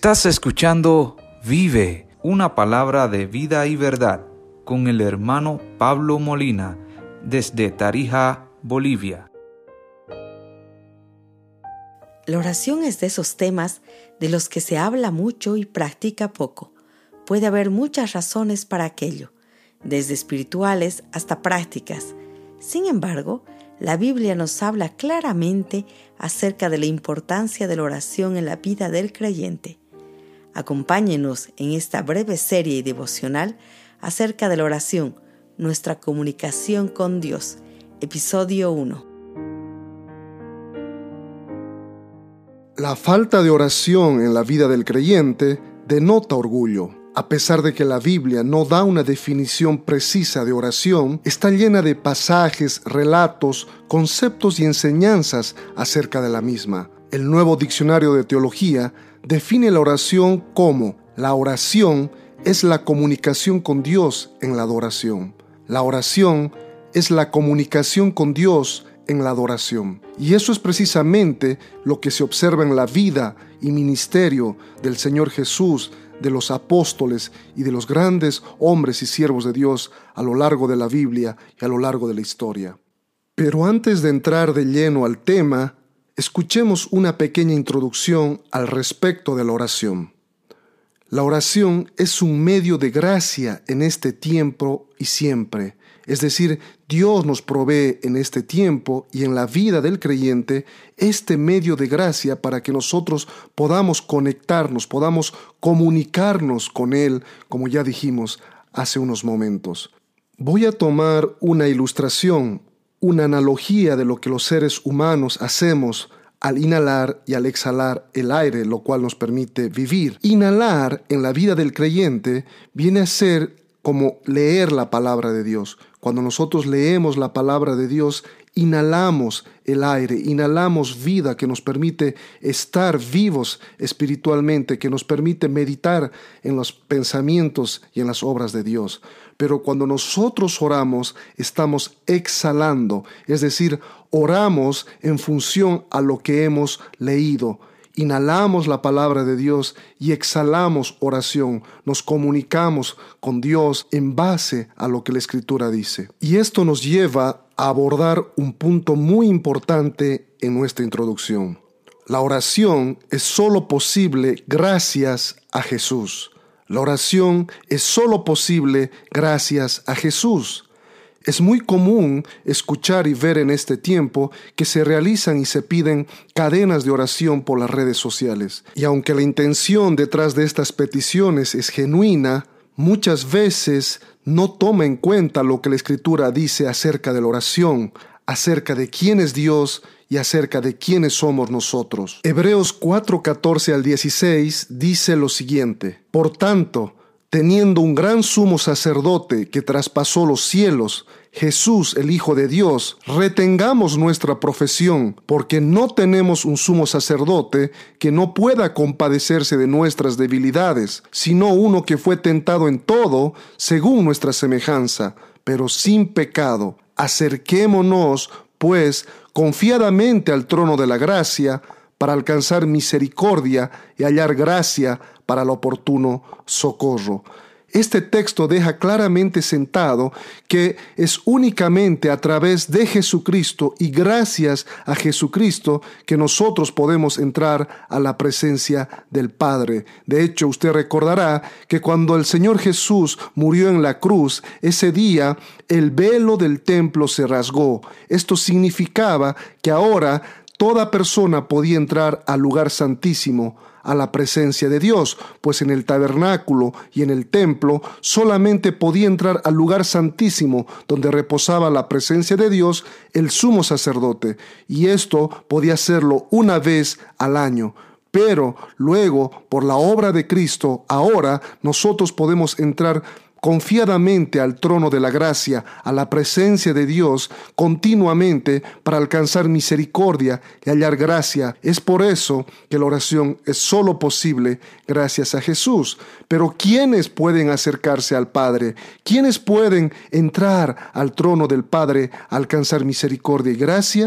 Estás escuchando Vive, una palabra de vida y verdad, con el hermano Pablo Molina, desde Tarija, Bolivia. La oración es de esos temas de los que se habla mucho y practica poco. Puede haber muchas razones para aquello, desde espirituales hasta prácticas. Sin embargo, la Biblia nos habla claramente acerca de la importancia de la oración en la vida del creyente. Acompáñenos en esta breve serie devocional acerca de la oración, nuestra comunicación con Dios, episodio 1. La falta de oración en la vida del creyente denota orgullo. A pesar de que la Biblia no da una definición precisa de oración, está llena de pasajes, relatos, conceptos y enseñanzas acerca de la misma. El Nuevo Diccionario de Teología define la oración como: la oración es la comunicación con Dios en la adoración. La oración es la comunicación con Dios en la adoración. Y eso es precisamente lo que se observa en la vida y ministerio del Señor Jesús, de los apóstoles y de los grandes hombres y siervos de Dios a lo largo de la Biblia y a lo largo de la historia. Pero antes de entrar de lleno al tema, escuchemos una pequeña introducción al respecto de la oración. La oración es un medio de gracia en este tiempo y siempre. Es decir, Dios nos provee en este tiempo y en la vida del creyente este medio de gracia para que nosotros podamos conectarnos, podamos comunicarnos con Él, como ya dijimos hace unos momentos. Voy a tomar una ilustración, una analogía de lo que los seres humanos hacemos al inhalar y al exhalar el aire, lo cual nos permite vivir. Inhalar en la vida del creyente viene a ser como leer la palabra de Dios. Cuando nosotros leemos la palabra de Dios, inhalamos el aire, inhalamos vida que nos permite estar vivos espiritualmente, que nos permite meditar en los pensamientos y en las obras de Dios. Pero cuando nosotros oramos, estamos exhalando, es decir, oramos en función a lo que hemos leído. Inhalamos la palabra de Dios y exhalamos oración. Nos comunicamos con Dios en base a lo que la Escritura dice. Y esto nos lleva a abordar un punto muy importante en nuestra introducción. La oración es solo posible gracias a Jesús. La oración es solo posible gracias a Jesús. Es muy común escuchar y ver en este tiempo que se realizan y se piden cadenas de oración por las redes sociales. Y aunque la intención detrás de estas peticiones es genuina, muchas veces no toma en cuenta lo que la Escritura dice acerca de la oración, acerca de quién es Dios y acerca de quiénes somos nosotros. Hebreos 4:14 al 16 dice lo siguiente: Por tanto, teniendo un gran sumo sacerdote que traspasó los cielos, Jesús, el Hijo de Dios, retengamos nuestra profesión, porque no tenemos un sumo sacerdote que no pueda compadecerse de nuestras debilidades, sino uno que fue tentado en todo, según nuestra semejanza, pero sin pecado. Acerquémonos, pues, confiadamente al trono de la gracia, para alcanzar misericordia y hallar gracia para el oportuno socorro. Este texto deja claramente sentado que es únicamente a través de Jesucristo y gracias a Jesucristo que nosotros podemos entrar a la presencia del Padre. De hecho, usted recordará que cuando el Señor Jesús murió en la cruz, ese día el velo del templo se rasgó. Esto significaba que ahora toda persona podía entrar al lugar santísimo, a la presencia de Dios, pues en el tabernáculo y en el templo solamente podía entrar al lugar santísimo donde reposaba la presencia de Dios el sumo sacerdote, y esto podía hacerlo una vez al año. Pero luego, por la obra de Cristo, ahora nosotros podemos entrar confiadamente al trono de la gracia, a la presencia de Dios continuamente para alcanzar misericordia y hallar gracia. Es por eso que la oración es solo posible gracias a Jesús. Pero ¿quiénes pueden acercarse al Padre? ¿Quiénes pueden entrar al trono del Padre a alcanzar misericordia y gracia?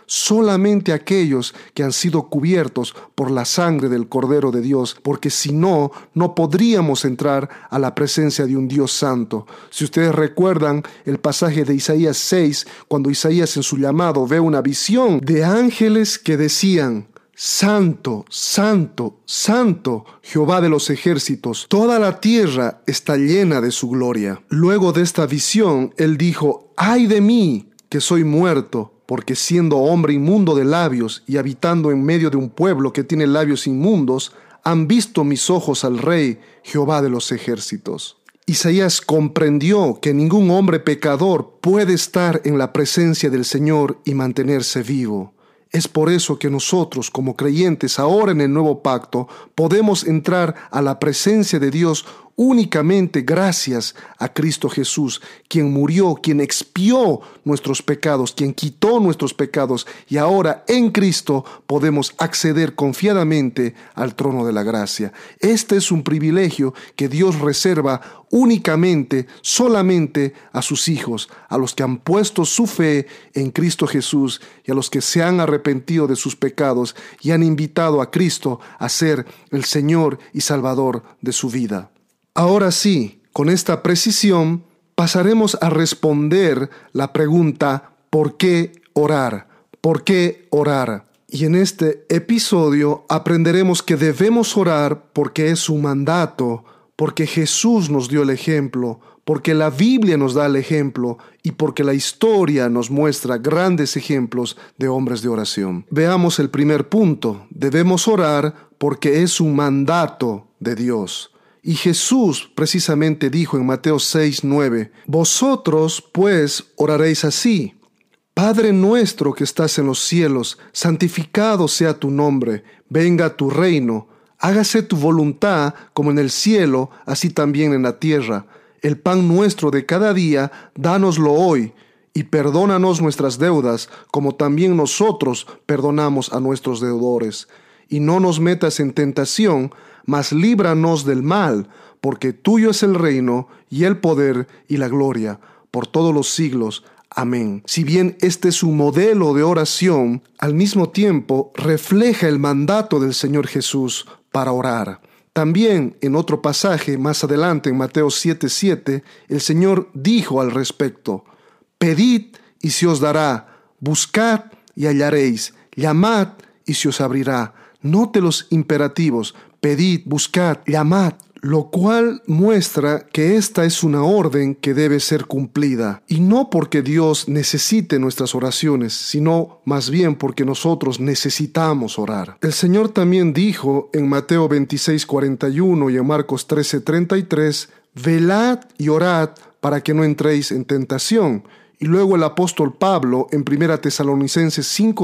solamente aquellos que han sido cubiertos por la sangre del Cordero de Dios, porque si no, no podríamos entrar a la presencia de un Dios santo. Si ustedes recuerdan el pasaje de Isaías 6, cuando Isaías en su llamado ve una visión de ángeles que decían: Santo, santo, santo, Jehová de los ejércitos, toda la tierra está llena de su gloria. Luego de esta visión, él dijo: ¡ay de mí, que soy muerto! Porque siendo hombre inmundo de labios y habitando en medio de un pueblo que tiene labios inmundos, han visto mis ojos al Rey, Jehová de los ejércitos. Isaías comprendió que ningún hombre pecador puede estar en la presencia del Señor y mantenerse vivo. Es por eso que nosotros, como creyentes ahora en el nuevo pacto, podemos entrar a la presencia de Dios únicamente gracias a Cristo Jesús, quien murió, quien expió nuestros pecados, quien quitó nuestros pecados, y ahora en Cristo podemos acceder confiadamente al trono de la gracia. Este es un privilegio que Dios reserva únicamente, solamente a sus hijos, a los que han puesto su fe en Cristo Jesús y a los que se han arrepentido de sus pecados y han invitado a Cristo a ser el Señor y Salvador de su vida. Ahora sí, con esta precisión, pasaremos a responder la pregunta: ¿por qué orar? ¿Por qué orar? Y en este episodio aprenderemos que debemos orar porque es un mandato, porque Jesús nos dio el ejemplo, porque la Biblia nos da el ejemplo y porque la historia nos muestra grandes ejemplos de hombres de oración. Veamos el primer punto: debemos orar porque es un mandato de Dios. Y Jesús precisamente dijo en Mateo 6:9: vosotros pues oraréis así: Padre nuestro que estás en los cielos, santificado sea tu nombre, venga tu reino, hágase tu voluntad como en el cielo, así también en la tierra. El pan nuestro de cada día, dánoslo hoy, y perdónanos nuestras deudas, como también nosotros perdonamos a nuestros deudores. Y no nos metas en tentación, mas líbranos del mal, porque tuyo es el reino, y el poder, y la gloria, por todos los siglos. Amén. Si bien este es un modelo de oración, al mismo tiempo refleja el mandato del Señor Jesús para orar. También en otro pasaje más adelante, en Mateo 7:7, el Señor dijo al respecto: pedid y se os dará, buscad y hallaréis, llamad y se os abrirá. Note los imperativos: pedid, buscad, llamad, lo cual muestra que esta es una orden que debe ser cumplida, y no porque Dios necesite nuestras oraciones, sino más bien porque nosotros necesitamos orar. El Señor también dijo en Mateo 26:41 y en Marcos 13:33: velad y orad para que no entréis en tentación. Y luego el apóstol Pablo en 1 Tesalonicenses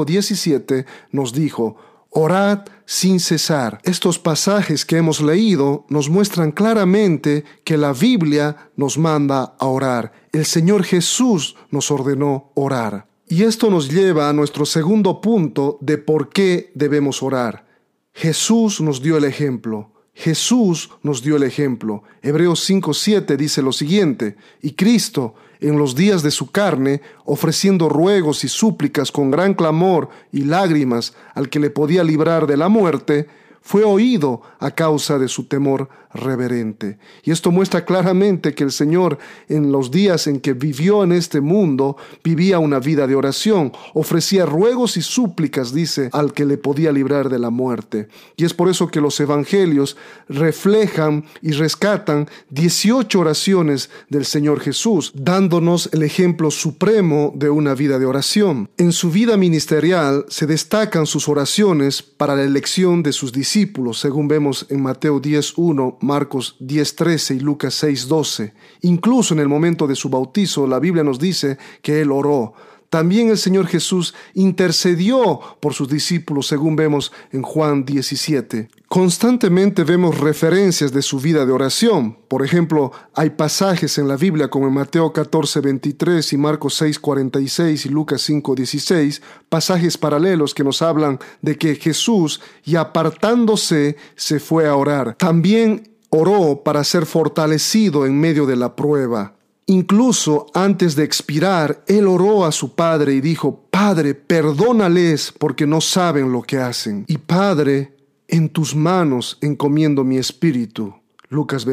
5:17 nos dijo: orad sin cesar. Estos pasajes que hemos leído nos muestran claramente que la Biblia nos manda a orar. El Señor Jesús nos ordenó orar. Y esto nos lleva a nuestro segundo punto de por qué debemos orar. Jesús nos dio el ejemplo. Jesús nos dio el ejemplo. Hebreos 5:7 dice lo siguiente: y Cristo, en los días de su carne, ofreciendo ruegos y súplicas con gran clamor y lágrimas al que le podía librar de la muerte, fue oído a causa de su temor reverente. Y esto muestra claramente que el Señor, en los días en que vivió en este mundo, vivía una vida de oración, ofrecía ruegos y súplicas, dice, al que le podía librar de la muerte. Y es por eso que los evangelios reflejan y rescatan 18 oraciones del Señor Jesús, dándonos el ejemplo supremo de una vida de oración. En su vida ministerial se destacan sus oraciones para la elección de sus discípulos, según vemos en Mateo 10:1, Marcos 10:13 y Lucas 6:12. Incluso en el momento de su bautizo, la Biblia nos dice que él oró. También el Señor Jesús intercedió por sus discípulos, según vemos en Juan 17. Constantemente vemos referencias de su vida de oración. Por ejemplo, hay pasajes en la Biblia como en Mateo 14:23 y Marcos 6:46 y Lucas 5:16, pasajes paralelos que nos hablan de que Jesús, y apartándose, se fue a orar. También oró para ser fortalecido en medio de la prueba. Incluso antes de expirar, él oró a su padre y dijo: Padre, perdónales porque no saben lo que hacen. Y Padre, en tus manos encomiendo mi espíritu. Lucas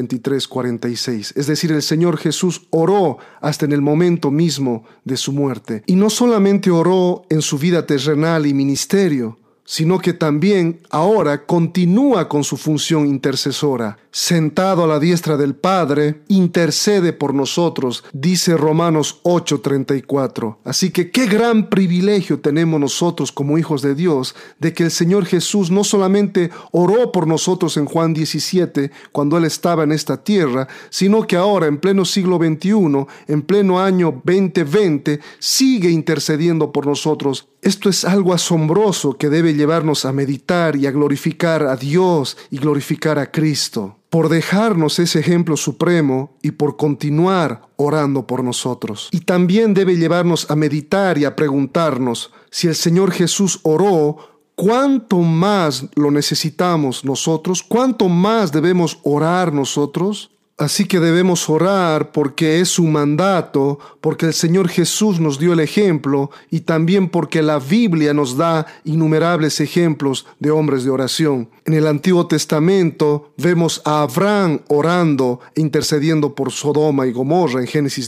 23:46. Es decir, el Señor Jesús oró hasta en el momento mismo de su muerte. Y no solamente oró en su vida terrenal y ministerio, sino que también ahora continúa con su función intercesora. Sentado a la diestra del Padre, intercede por nosotros, dice Romanos 8:34. Así que qué gran privilegio tenemos nosotros como hijos de Dios, de que el Señor Jesús no solamente oró por nosotros en Juan 17, cuando Él estaba en esta tierra, sino que ahora, en pleno siglo XXI, en pleno año 2020, sigue intercediendo por nosotros. Esto es algo asombroso que debe llevarnos a meditar y a glorificar a Dios y glorificar a Cristo, por dejarnos ese ejemplo supremo y por continuar orando por nosotros. Y también debe llevarnos a meditar y a preguntarnos, si el Señor Jesús oró, ¿cuánto más lo necesitamos nosotros? ¿Cuánto más debemos orar nosotros? Así que debemos orar porque es su mandato, porque el Señor Jesús nos dio el ejemplo y también porque la Biblia nos da innumerables ejemplos de hombres de oración. En el Antiguo Testamento vemos a Abraham orando e intercediendo por Sodoma y Gomorra en Génesis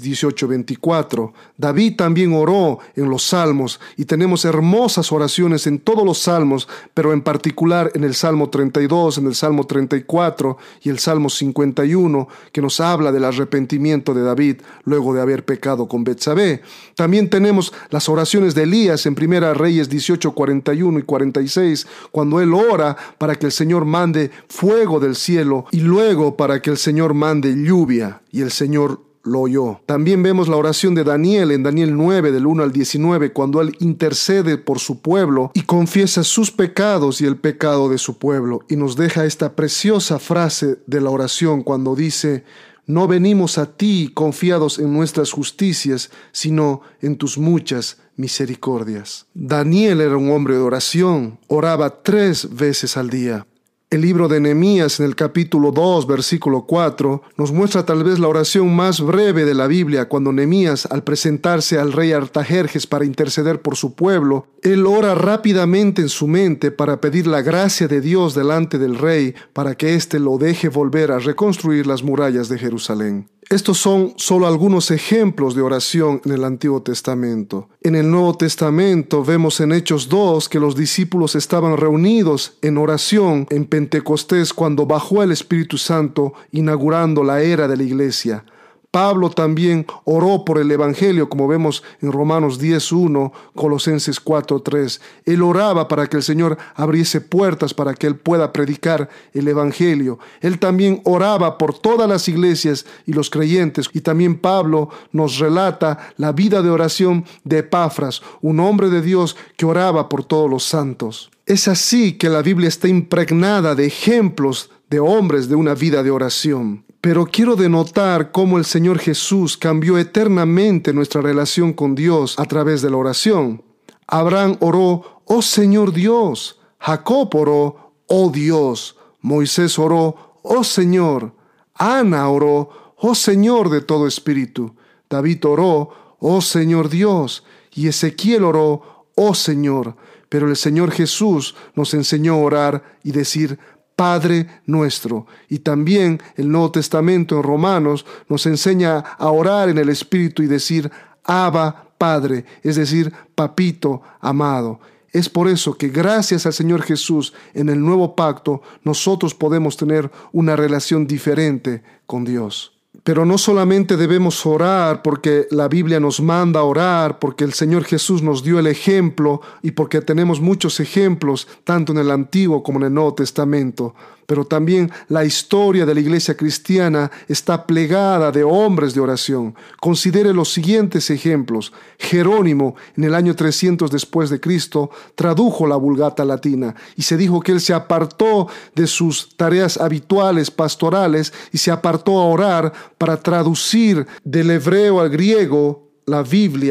18:24. David también oró en los Salmos y tenemos hermosas oraciones en todos los Salmos, pero en particular en el Salmo 32, en el Salmo 34 y el Salmo 51, que nos habla del arrepentimiento de David luego de haber pecado con Betsabé. También tenemos las oraciones de Elías en Primera Reyes 18:41 y 46, cuando él ora para que el Señor mande fuego del cielo y luego para que el Señor mande lluvia, y el Señor lo oyó. También vemos la oración de Daniel en Daniel 9, del 1 al 19, cuando él intercede por su pueblo y confiesa sus pecados y el pecado de su pueblo. Y nos deja esta preciosa frase de la oración cuando dice: no venimos a ti confiados en nuestras justicias, sino en tus muchas misericordias. Daniel era un hombre de oración, oraba 3 veces al día. El libro de Nehemías, en el capítulo 2, versículo 4, nos muestra tal vez la oración más breve de la Biblia, cuando Nehemías, al presentarse al rey Artajerjes para interceder por su pueblo, él ora rápidamente en su mente para pedir la gracia de Dios delante del rey para que éste lo deje volver a reconstruir las murallas de Jerusalén. Estos son solo algunos ejemplos de oración en el Antiguo Testamento. En el Nuevo Testamento vemos en Hechos 2 que los discípulos estaban reunidos en oración en Pentecostés cuando bajó el Espíritu Santo, inaugurando la era de la iglesia. Pablo también oró por el Evangelio, como vemos en Romanos 10:1, Colosenses 4:3. Él oraba para que el Señor abriese puertas para que él pueda predicar el Evangelio. Él también oraba por todas las iglesias y los creyentes. Y también Pablo nos relata la vida de oración de Epafras, un hombre de Dios que oraba por todos los santos. Es así que la Biblia está impregnada de ejemplos de hombres de una vida de oración. Pero quiero denotar cómo el Señor Jesús cambió eternamente nuestra relación con Dios a través de la oración. Abraham oró: oh Señor Dios. Jacob oró: oh Dios. Moisés oró: oh Señor. Ana oró: oh Señor de todo espíritu. David oró: oh Señor Dios. Y Ezequiel oró: oh Señor. Pero el Señor Jesús nos enseñó a orar y decir: Padre nuestro. Y también el Nuevo Testamento en Romanos nos enseña a orar en el Espíritu y decir: Abba, Padre, es decir, Papito amado. Es por eso que gracias al Señor Jesús en el nuevo pacto nosotros podemos tener una relación diferente con Dios. Pero no solamente debemos orar porque la Biblia nos manda a orar, porque el Señor Jesús nos dio el ejemplo y porque tenemos muchos ejemplos tanto en el Antiguo como en el Nuevo Testamento. Pero también la historia de la iglesia cristiana está plegada de hombres de oración. Considere los siguientes ejemplos. Jerónimo, en el año 300 después de Cristo, tradujo la Vulgata latina y se dijo que él se apartó de sus tareas habituales pastorales y se apartó a orar para traducir del hebreo al griego la Biblia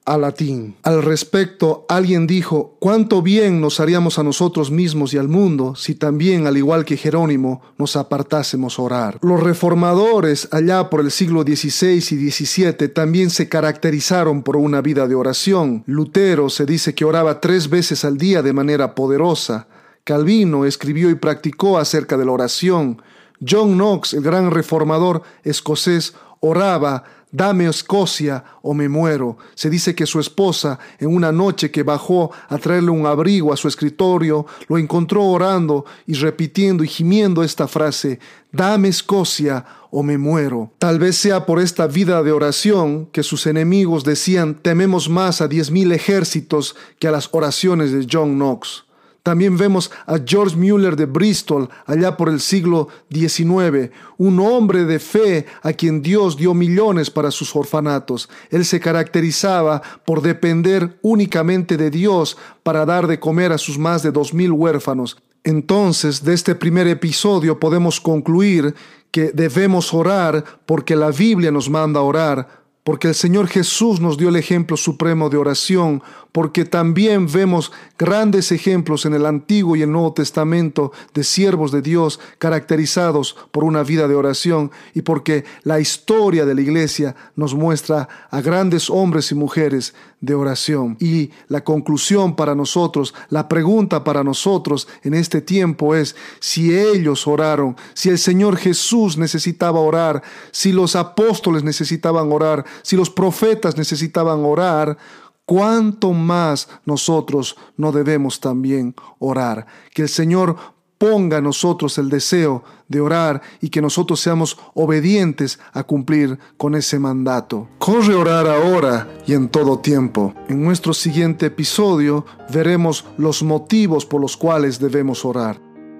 al latín. Al respecto, alguien dijo: «¿Cuánto bien nos haríamos a nosotros mismos y al mundo si también, al igual que Jerónimo, nos apartásemos a orar?» Los reformadores, allá por el siglo XVI y XVII, también se caracterizaron por una vida de oración. Lutero se dice que oraba 3 veces al día de manera poderosa. Calvino escribió y practicó acerca de la oración. John Knox, el gran reformador escocés, oraba: «Dame Escocia o me muero». Se dice que su esposa, en una noche que bajó a traerle un abrigo a su escritorio, lo encontró orando y repitiendo y gimiendo esta frase: «Dame Escocia o me muero». Tal vez sea por esta vida de oración que sus enemigos decían: «Tememos más a 10,000 ejércitos que a las oraciones de John Knox». También vemos a George Mueller de Bristol, allá por el siglo XIX, un hombre de fe a quien Dios dio millones para sus orfanatos. Él se caracterizaba por depender únicamente de Dios para dar de comer a sus más de 2,000 huérfanos. Entonces, de este primer episodio podemos concluir que debemos orar porque la Biblia nos manda a orar, porque el Señor Jesús nos dio el ejemplo supremo de oración, porque también vemos grandes ejemplos en el Antiguo y el Nuevo Testamento de siervos de Dios caracterizados por una vida de oración, y porque la historia de la Iglesia nos muestra a grandes hombres y mujeres de oración. Y la conclusión para nosotros, la pregunta para nosotros en este tiempo es: si ellos oraron, si el Señor Jesús necesitaba orar, si los apóstoles necesitaban orar, si los profetas necesitaban orar, ¿cuánto más nosotros no debemos también orar? Que el Señor ponga en nosotros el deseo de orar y que nosotros seamos obedientes a cumplir con ese mandato. Corre a orar ahora y en todo tiempo. En nuestro siguiente episodio veremos los motivos por los cuales debemos orar.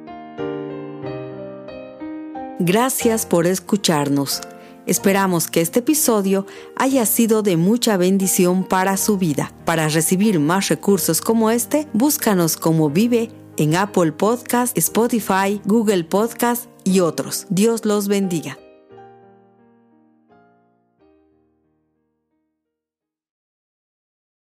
Gracias por escucharnos. Esperamos que este episodio haya sido de mucha bendición para su vida. Para recibir más recursos como este, búscanos como Vive en Apple Podcast, Spotify, Google Podcast y otros. Dios los bendiga.